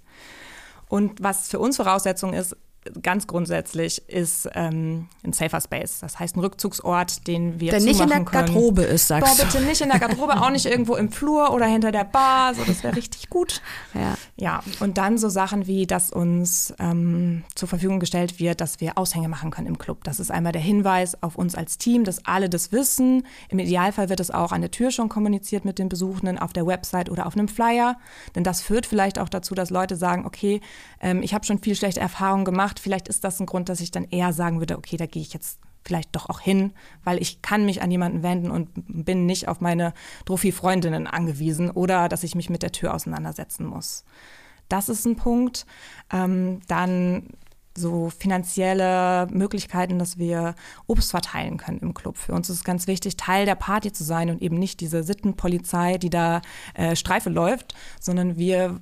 Und was für uns Voraussetzung ist, ganz grundsätzlich ist ein safer Space. Das heißt ein Rückzugsort, den wir zumachen können. Der nicht in der Garderobe ist, sagst du. Boah, bitte nicht in der Garderobe, auch nicht irgendwo im Flur oder hinter der Bar. So, das wäre richtig gut. Ja, und dann so Sachen wie, dass uns zur Verfügung gestellt wird, dass wir Aushänge machen können im Club. Das ist einmal der Hinweis auf uns als Team, dass alle das wissen. Im Idealfall wird es auch an der Tür schon kommuniziert mit den Besuchenden auf der Website oder auf einem Flyer. Denn das führt vielleicht auch dazu, dass Leute sagen, okay, ich habe schon viel schlechte Erfahrungen gemacht. Vielleicht ist das ein Grund, dass ich dann eher sagen würde, okay, da gehe ich jetzt vielleicht doch auch hin, weil ich kann mich an jemanden wenden und bin nicht auf meine Trophy-Freundinnen angewiesen oder dass ich mich mit der Tür auseinandersetzen muss. Das ist ein Punkt. Dann so finanzielle Möglichkeiten, dass wir Obst verteilen können im Club. Für uns ist es ganz wichtig, Teil der Party zu sein und eben nicht diese Sittenpolizei, die da Streife läuft, sondern wir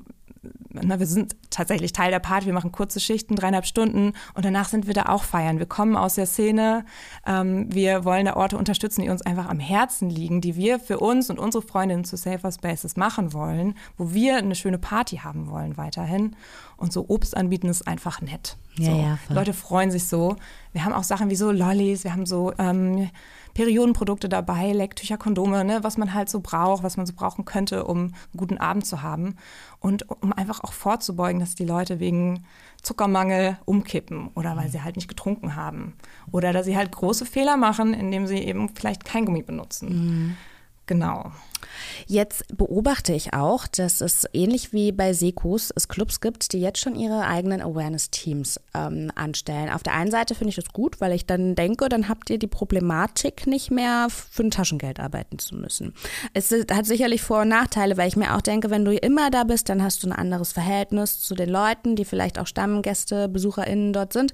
sind tatsächlich Teil der Party, wir machen kurze Schichten, 3,5 Stunden und danach sind wir da auch feiern. Wir kommen aus der Szene, wir wollen da Orte unterstützen, die uns einfach am Herzen liegen, die wir für uns und unsere Freundinnen zu Safer Spaces machen wollen, wo wir eine schöne Party haben wollen weiterhin. Und so Obst anbieten ist einfach nett. Ja, Leute freuen sich so. Wir haben auch Sachen wie so Lollis, wir haben so Periodenprodukte dabei, Lecktücher, Kondome, ne, was man halt so braucht, was man so brauchen könnte, um einen guten Abend zu haben. Und um einfach auch vorzubeugen, dass die Leute wegen Zuckermangel umkippen oder weil sie halt nicht getrunken haben. Oder dass sie halt große Fehler machen, indem sie eben vielleicht kein Gummi benutzen. Genau. Jetzt beobachte ich auch, dass es ähnlich wie bei Sekus es Clubs gibt, die jetzt schon ihre eigenen Awareness-Teams anstellen. Auf der einen Seite finde ich das gut, weil ich dann denke, dann habt ihr die Problematik nicht mehr für ein Taschengeld arbeiten zu müssen. Es hat sicherlich Vor- und Nachteile, weil ich mir auch denke, wenn du immer da bist, dann hast du ein anderes Verhältnis zu den Leuten, die vielleicht auch Stammgäste, BesucherInnen dort sind.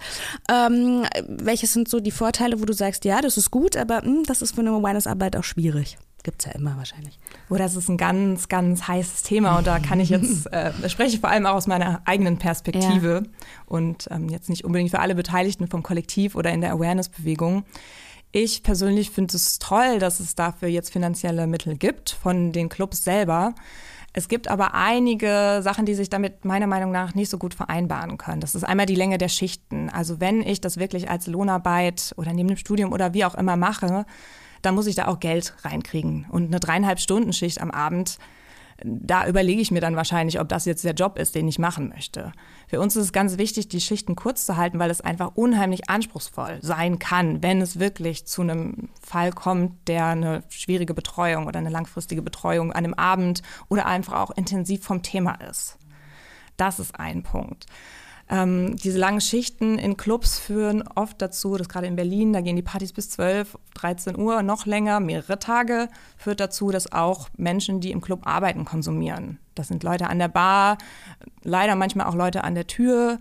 Welches sind so die Vorteile, wo du sagst, ja, das ist gut, aber das ist für eine Awareness-Arbeit auch schwierig? Gibt es ja immer wahrscheinlich. Das ist ein ganz, ganz heißes Thema und da kann ich jetzt, spreche ich vor allem auch aus meiner eigenen Perspektive und jetzt nicht unbedingt für alle Beteiligten vom Kollektiv oder in der Awareness-Bewegung. Ich persönlich finde es toll, dass es dafür jetzt finanzielle Mittel gibt von den Clubs selber. Es gibt aber einige Sachen, die sich damit meiner Meinung nach nicht so gut vereinbaren können. Das ist einmal die Länge der Schichten. Also wenn ich das wirklich als Lohnarbeit oder neben dem Studium oder wie auch immer mache, dann muss ich da auch Geld reinkriegen. Und eine 3,5-Stunden-Schicht am Abend, da überlege ich mir dann wahrscheinlich, ob das jetzt der Job ist, den ich machen möchte. Für uns ist es ganz wichtig, die Schichten kurz zu halten, weil es einfach unheimlich anspruchsvoll sein kann, wenn es wirklich zu einem Fall kommt, der eine schwierige Betreuung oder eine langfristige Betreuung an einem Abend oder einfach auch intensiv vom Thema ist. Das ist ein Punkt. Diese langen Schichten in Clubs führen oft dazu, dass gerade in Berlin, da gehen die Partys bis 12, 13 Uhr, noch länger, mehrere Tage, führt dazu, dass auch Menschen, die im Club arbeiten, konsumieren. Das sind Leute an der Bar, leider manchmal auch Leute an der Tür.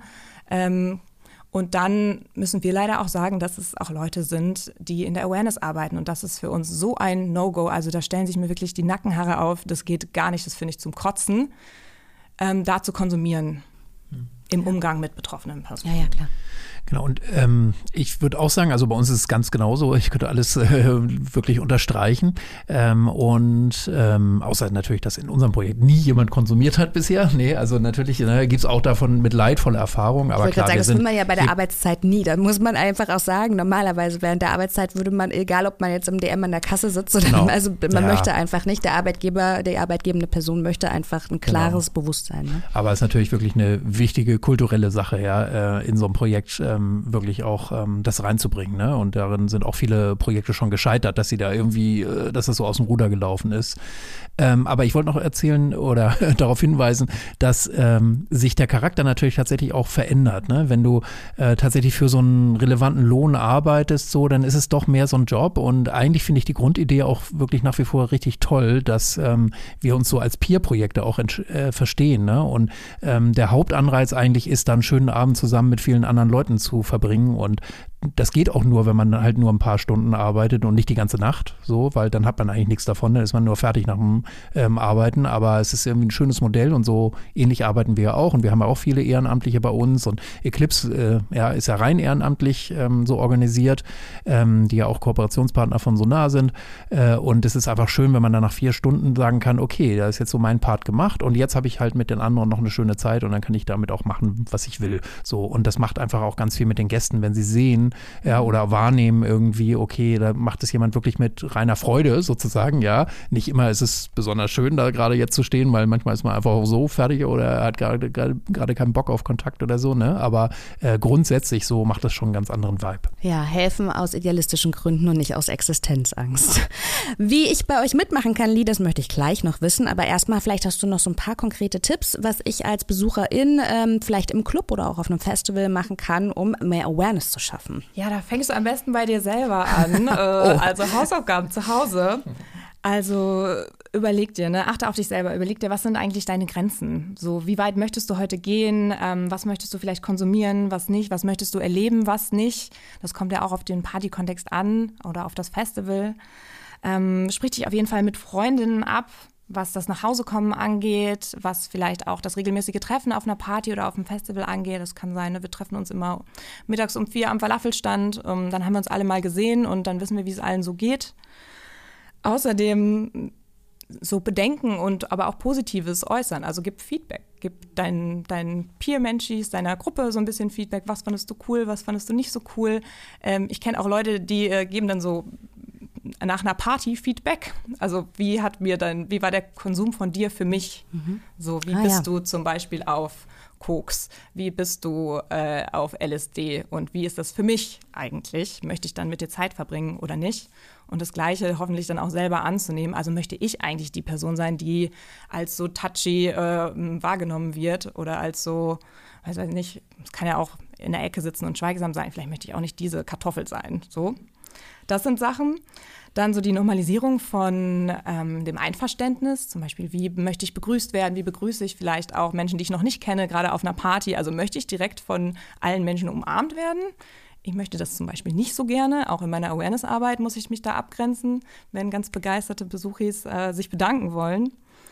Und dann müssen wir leider auch sagen, dass es auch Leute sind, die in der Awareness arbeiten. Und das ist für uns so ein No-Go. Also da stellen sich mir wirklich die Nackenhaare auf. Das geht gar nicht, das finde ich zum Kotzen, da zu konsumieren. Im Umgang mit betroffenen Personen. Ja, klar. Genau, und ich würde auch sagen, also bei uns ist es ganz genauso, ich könnte alles wirklich unterstreichen außer natürlich, dass in unserem Projekt nie jemand konsumiert hat bisher. Nee, also natürlich gibt es auch davon mit leidvolle Erfahrungen. Aber ich wollte gerade sagen, das will man ja bei der Arbeitszeit nie. Da muss man einfach auch sagen, normalerweise während der Arbeitszeit würde man, egal ob man jetzt im DM an der Kasse sitzt oder also man möchte einfach nicht, der Arbeitgeber, die arbeitgebende Person möchte einfach ein klares Bewusstsein. Ne? Aber es ist natürlich wirklich eine wichtige kulturelle Sache, in so einem Projekt wirklich auch das reinzubringen. Ne? Und darin sind auch viele Projekte schon gescheitert, dass sie da irgendwie, dass das so aus dem Ruder gelaufen ist. Aber ich wollte noch erzählen oder darauf hinweisen, dass sich der Charakter natürlich tatsächlich auch verändert. Ne? Wenn du tatsächlich für so einen relevanten Lohn arbeitest, so, dann ist es doch mehr so ein Job. Und eigentlich finde ich die Grundidee auch wirklich nach wie vor richtig toll, dass wir uns so als Peer-Projekte auch verstehen. Ne? Und der Hauptanreiz eigentlich ist, dann einen schönen Abend zusammen mit vielen anderen Leuten zu verbringen. Und das geht auch nur, wenn man halt nur ein paar Stunden arbeitet und nicht die ganze Nacht, so, weil dann hat man eigentlich nichts davon, dann ist man nur fertig nach dem Arbeiten, aber es ist irgendwie ein schönes Modell und so ähnlich arbeiten wir auch und wir haben ja auch viele Ehrenamtliche bei uns und Eclipse ist ja rein ehrenamtlich so organisiert, die ja auch Kooperationspartner von Sonar sind und es ist einfach schön, wenn man dann nach 4 Stunden sagen kann, okay, da ist jetzt so mein Part gemacht und jetzt habe ich halt mit den anderen noch eine schöne Zeit und dann kann ich damit auch machen, was ich will, so, und das macht einfach auch ganz viel mit den Gästen, wenn sie sehen, oder wahrnehmen irgendwie, okay, da macht es jemand wirklich mit reiner Freude sozusagen, ja. Nicht immer ist es besonders schön, da gerade jetzt zu stehen, weil manchmal ist man einfach so fertig oder hat gerade keinen Bock auf Kontakt oder so, ne? Aber grundsätzlich so macht das schon einen ganz anderen Vibe. Ja, helfen aus idealistischen Gründen und nicht aus Existenzangst. Wie ich bei euch mitmachen kann, Lee, das möchte ich gleich noch wissen, aber erstmal vielleicht hast du noch so ein paar konkrete Tipps, was ich als Besucherin vielleicht im Club oder auch auf einem Festival machen kann, um mehr Awareness zu schaffen. Ja, da fängst du am besten bei dir selber an, also Hausaufgaben zu Hause. Also überleg dir, achte auf dich selber, überleg dir, was sind eigentlich deine Grenzen? So, wie weit möchtest du heute gehen? Was möchtest du vielleicht konsumieren, was nicht? Was möchtest du erleben, was nicht? Das kommt ja auch auf den Partykontext an oder auf das Festival. Sprich dich auf jeden Fall mit Freundinnen ab, was das Nachhausekommen angeht, was vielleicht auch das regelmäßige Treffen auf einer Party oder auf einem Festival angeht. Das kann sein, wir treffen uns immer mittags um 4 am Falafelstand. Dann haben wir uns alle mal gesehen und dann wissen wir, wie es allen so geht. Außerdem so Bedenken und aber auch Positives äußern. Also gib Feedback. Gib deinen Peer-Menschis, deiner Gruppe so ein bisschen Feedback. Was fandest du cool, was fandest du nicht so cool? Ich kenne auch Leute, die geben dann so nach einer Party Feedback. Also wie war der Konsum von dir für mich? So, wie bist du zum Beispiel auf Koks? Wie bist du auf LSD? Und wie ist das für mich eigentlich? Möchte ich dann mit dir Zeit verbringen oder nicht? Und das Gleiche hoffentlich dann auch selber anzunehmen. Also möchte ich eigentlich die Person sein, die als so touchy wahrgenommen wird oder als so, weiß ich nicht, es kann ja auch in der Ecke sitzen und schweigsam sein. Vielleicht möchte ich auch nicht diese Kartoffel sein. So. Das sind Sachen. Dann so die Normalisierung von dem Einverständnis, zum Beispiel, wie möchte ich begrüßt werden, wie begrüße ich vielleicht auch Menschen, die ich noch nicht kenne, gerade auf einer Party. Also möchte ich direkt von allen Menschen umarmt werden? Ich möchte das zum Beispiel nicht so gerne. Auch in meiner Awareness-Arbeit muss ich mich da abgrenzen, wenn ganz begeisterte Besuchis sich bedanken wollen.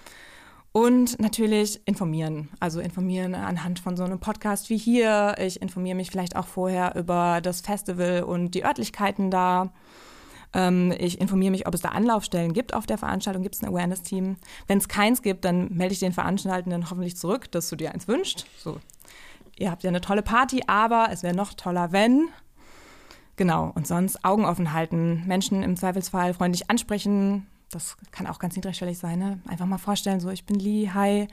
Und natürlich informieren. Also informieren anhand von so einem Podcast wie hier. Ich informiere mich vielleicht auch vorher über das Festival und die Örtlichkeiten da. Ich informiere mich, ob es da Anlaufstellen gibt auf der Veranstaltung. Gibt es ein Awareness-Team? Wenn es keins gibt, dann melde ich den Veranstaltenden hoffentlich zurück, dass du dir eins wünschst. So, ihr habt ja eine tolle Party, aber es wäre noch toller, wenn. Genau, und sonst Augen offen halten, Menschen im Zweifelsfall freundlich ansprechen. Das kann auch ganz niedrigschwellig sein, ne? Einfach mal vorstellen, so, ich bin Lee, hi,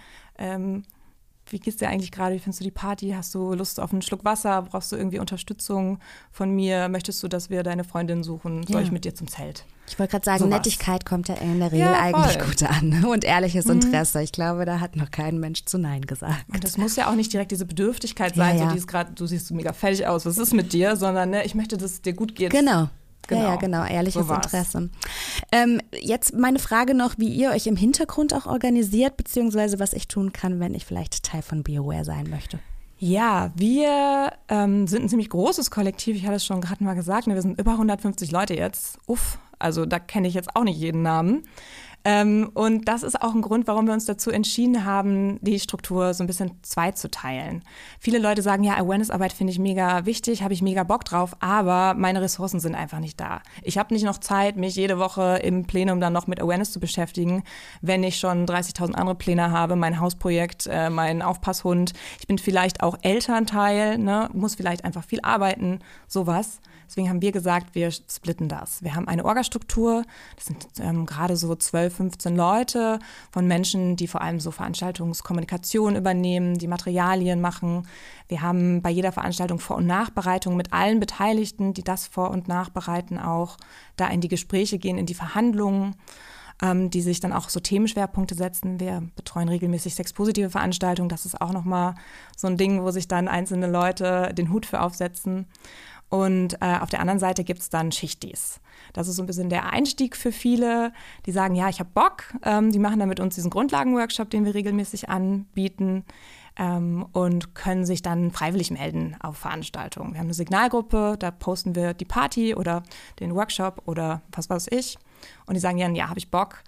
wie geht's dir eigentlich gerade, wie findest du die Party, hast du Lust auf einen Schluck Wasser, brauchst du irgendwie Unterstützung von mir, möchtest du, dass wir deine Freundin suchen, soll ich mit dir zum Zelt? Ich wollte gerade sagen, Nettigkeit kommt ja in der Regel eigentlich gut an und ehrliches Interesse. Ich glaube, da hat noch kein Mensch zu Nein gesagt. Und das muss ja auch nicht direkt diese Bedürftigkeit sein, so dieses gerade, du siehst mega fertig aus, was ist mit dir, sondern ich möchte, dass es dir gut geht. Genau. Ja, genau, ehrliches Interesse. Jetzt meine Frage noch, wie ihr euch im Hintergrund auch organisiert, beziehungsweise was ich tun kann, wenn ich vielleicht Teil von BioAware sein möchte. Ja, wir sind ein ziemlich großes Kollektiv, ich hatte es schon gerade mal gesagt, wir sind über 150 Leute jetzt, also da kenne ich jetzt auch nicht jeden Namen. Und das ist auch ein Grund, warum wir uns dazu entschieden haben, die Struktur so ein bisschen zweizuteilen. Viele Leute sagen, ja, Awareness-Arbeit finde ich mega wichtig, habe ich mega Bock drauf, aber meine Ressourcen sind einfach nicht da. Ich habe nicht noch Zeit, mich jede Woche im Plenum dann noch mit Awareness zu beschäftigen, wenn ich schon 30.000 andere Pläne habe, mein Hausprojekt, mein Aufpasshund. Ich bin vielleicht auch Elternteil, ne, muss vielleicht einfach viel arbeiten, sowas. Deswegen haben wir gesagt, wir splitten das. Wir haben eine Orga-Struktur, das sind gerade so 12, 15 Leute von Menschen, die vor allem so Veranstaltungskommunikation übernehmen, die Materialien machen. Wir haben bei jeder Veranstaltung Vor- und Nachbereitung mit allen Beteiligten, die das vor- und nachbereiten auch, da in die Gespräche gehen, in die Verhandlungen, die sich dann auch so Themenschwerpunkte setzen. Wir betreuen regelmäßig sexpositive Veranstaltungen. Das ist auch nochmal so ein Ding, wo sich dann einzelne Leute den Hut für aufsetzen. Und auf der anderen Seite gibt es dann Schichtis. Das ist so ein bisschen der Einstieg für viele, die sagen, ja, ich habe Bock. Die machen dann mit uns diesen Grundlagenworkshop, den wir regelmäßig anbieten und können sich dann freiwillig melden auf Veranstaltungen. Wir haben eine Signalgruppe, da posten wir die Party oder den Workshop oder was weiß ich. Und die sagen dann, ja, habe ich Bock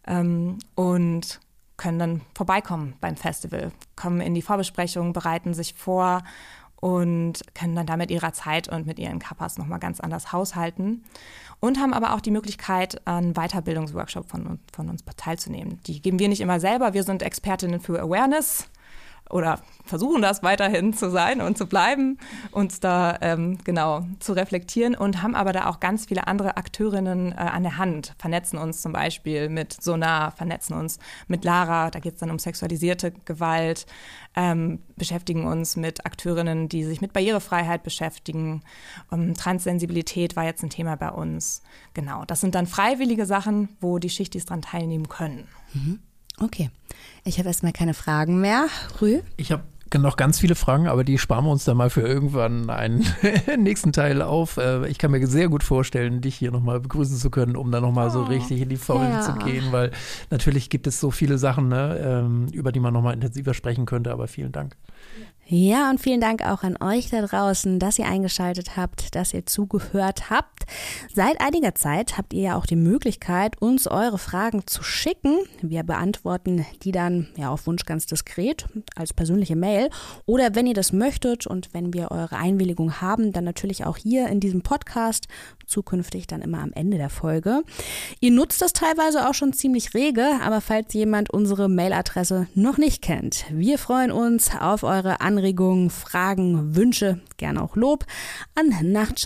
und können dann vorbeikommen beim Festival, kommen in die Vorbesprechung, bereiten sich vor und können dann da mit ihrer Zeit und mit ihren Kappas nochmal ganz anders haushalten und haben aber auch die Möglichkeit, an Weiterbildungsworkshops von uns teilzunehmen. Die geben wir nicht immer selber, wir sind Expertinnen für Awareness oder versuchen das weiterhin zu sein und zu bleiben, uns da zu reflektieren und haben aber da auch ganz viele andere Akteurinnen an der Hand, vernetzen uns zum Beispiel mit Sonar, vernetzen uns mit Lara, da geht es dann um sexualisierte Gewalt, beschäftigen uns mit Akteurinnen, die sich mit Barrierefreiheit beschäftigen, Transsensibilität war jetzt ein Thema bei uns. Genau, das sind dann freiwillige Sachen, wo die Schichtis dran teilnehmen können. Mhm. Okay, ich habe erstmal keine Fragen mehr. Rü? Ich habe noch ganz viele Fragen, aber die sparen wir uns dann mal für irgendwann einen nächsten Teil auf. Ich kann mir sehr gut vorstellen, dich hier nochmal begrüßen zu können, um dann nochmal so richtig in die Vollen zu gehen, weil natürlich gibt es so viele Sachen, ne, über die man nochmal intensiver sprechen könnte, aber vielen Dank. Ja, und vielen Dank auch an euch da draußen, dass ihr eingeschaltet habt, dass ihr zugehört habt. Seit einiger Zeit habt ihr ja auch die Möglichkeit, uns eure Fragen zu schicken. Wir beantworten die dann ja auf Wunsch ganz diskret als persönliche Mail. Oder wenn ihr das möchtet und wenn wir eure Einwilligung haben, dann natürlich auch hier in diesem Podcast, zukünftig dann immer am Ende der Folge. Ihr nutzt das teilweise auch schon ziemlich rege, aber falls jemand unsere Mailadresse noch nicht kennt, wir freuen uns auf eure Anregungen, Fragen, Wünsche, gerne auch Lob an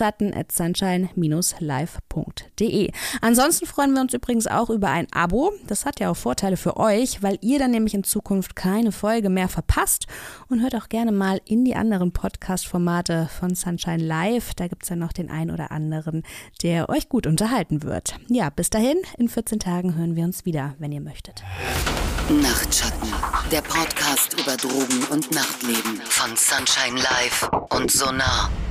nachtschatten@sunshine-live.de. Ansonsten freuen wir uns übrigens auch über ein Abo. Das hat ja auch Vorteile für euch, weil ihr dann nämlich in Zukunft keine Folge mehr verpasst und hört auch gerne mal in die anderen Podcast-Formate von Sunshine Live. Da gibt es ja noch den ein oder anderen, der euch gut unterhalten wird. Ja, bis dahin, in 14 Tagen hören wir uns wieder, wenn ihr möchtet. Nachtschatten, der Podcast über Drogen und Nachtleben von Sunshine Live und Sonar.